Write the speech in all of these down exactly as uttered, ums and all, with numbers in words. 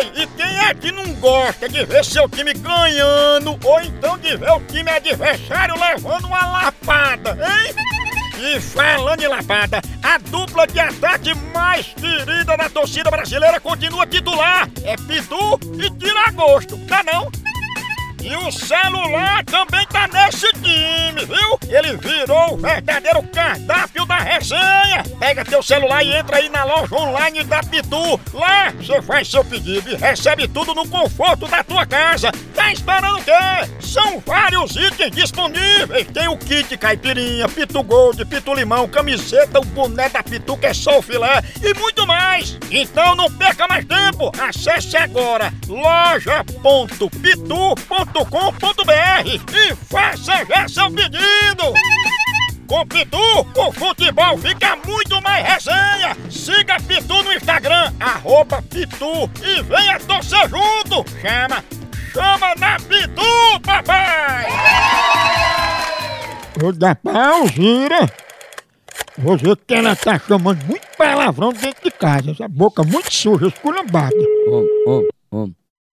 Ei, e quem é que não gosta de ver seu time ganhando ou então de ver o time adversário levando uma lapada, hein? E falando em lapada, a dupla de ataque mais querida da torcida brasileira continua titular. É Pitu e Tiragosto, tá não? E o celular também tá nesse time, viu? Ele virou o verdadeiro cardápio da resenha. Pega teu celular e entra aí na loja online da Pitu. Lá você faz seu pedido e recebe tudo no conforto da tua casa. Tá esperando o quê? São vários itens disponíveis. Tem o kit caipirinha, Pitu Gold, Pitu Limão, camiseta, o boné da Pitu que é só o filé e muito mais. Então não perca mais tempo. Acesse agora loja ponto pitu ponto com ponto br e faça já seu pedido! Com Pitu, o futebol fica muito mais resenha! Siga Pitu no Instagram, arroba Pitu e venha torcer junto! Chama! Chama na Pitu, papai! Ô da pau, gira! Você que ela tá chamando muito palavrão dentro de casa, essa boca muito suja, esculambada. Om, om, om.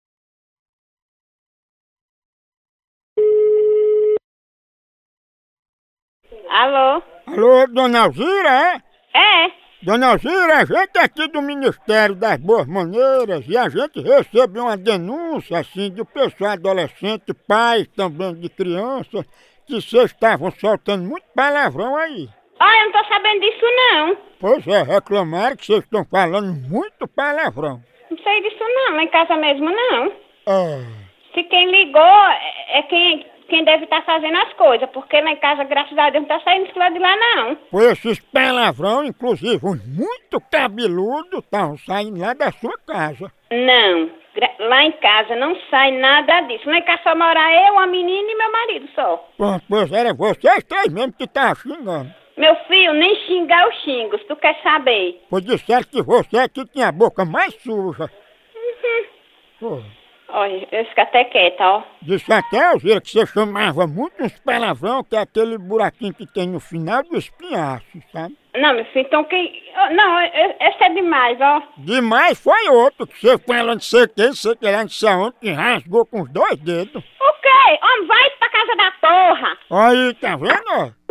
Alô? Alô, dona Alzira, é? É? Dona Alzira, a gente é aqui do Ministério das Boas Maneiras e a gente recebeu uma denúncia, assim, do pessoal adolescente, pais também de crianças, que vocês estavam soltando muito palavrão aí. Ah, eu não tô sabendo disso não. Pois é, reclamaram que vocês estão falando muito palavrão. Não sei disso não, lá em casa mesmo não. Ah, Se quem ligou é é quem, quem deve estar fazendo as coisas, porque lá em casa, graças a Deus, não tá saindo isso lá de lá não. pois esses palavrão, inclusive os muito cabeludos, estavam saindo lá da sua casa. Não, gra- lá em casa não sai nada disso. Lá em casa só mora eu, a menina e meu marido só. Pronto, pois era vocês três mesmo que estavam xingando. Meu filho, nem xingar eu xingo, se tu quer saber. Pois disseram que você é que tinha a boca mais suja. Pô. Olha, eu fico até quieta, ó. Disse até, Alzira, que você chamava muito uns palavrão, que é aquele buraquinho que tem no final do espinhaço, sabe? Não, meu filho, então quem... oh, Não, eu- esse é demais, ó. Demais foi outro, que você falando não sei o que, não sei o que lá, não sei aonde, que rasgou com os dois dedos. O quê? Homem, vai pra casa da porra. Aí, tá vendo, ó?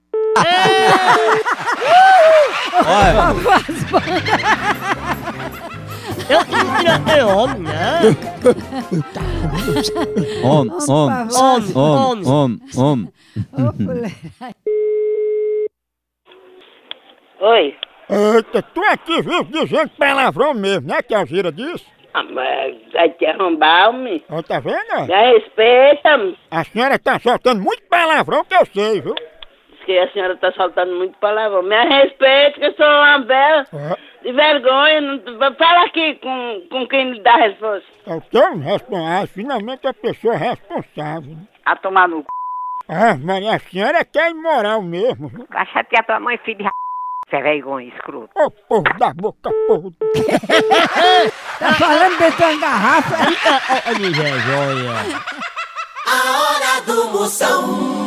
Olha, Eu queria ter homem, né? om, om, Homem, om, homem. om, om. Oi. Eita, tu aqui vive dizendo palavrão mesmo, né, que a Alzira disse? Ah, mas vai te arrombar, homem. Ó, tá vendo, ó? Me respeita-me. A senhora tá soltando muito palavrão que eu sei, viu? Diz que a senhora tá soltando muito palavrão. Me respeita, que eu sou uma bela. Ó, De vergonha. Não... Fala aqui com, com quem me dá a resposta. é o teu responsável, finalmente a pessoa responsável. Né? A tomar no c... Ah, mas a senhora quer imoral mesmo, viu? Vai chatear tua mãe, filho de r... Você é vergonha, escroto. Ô, porra da boca, porra. Tá falando dentro de uma garrafa? Olha, vergonha. A hora do Moção.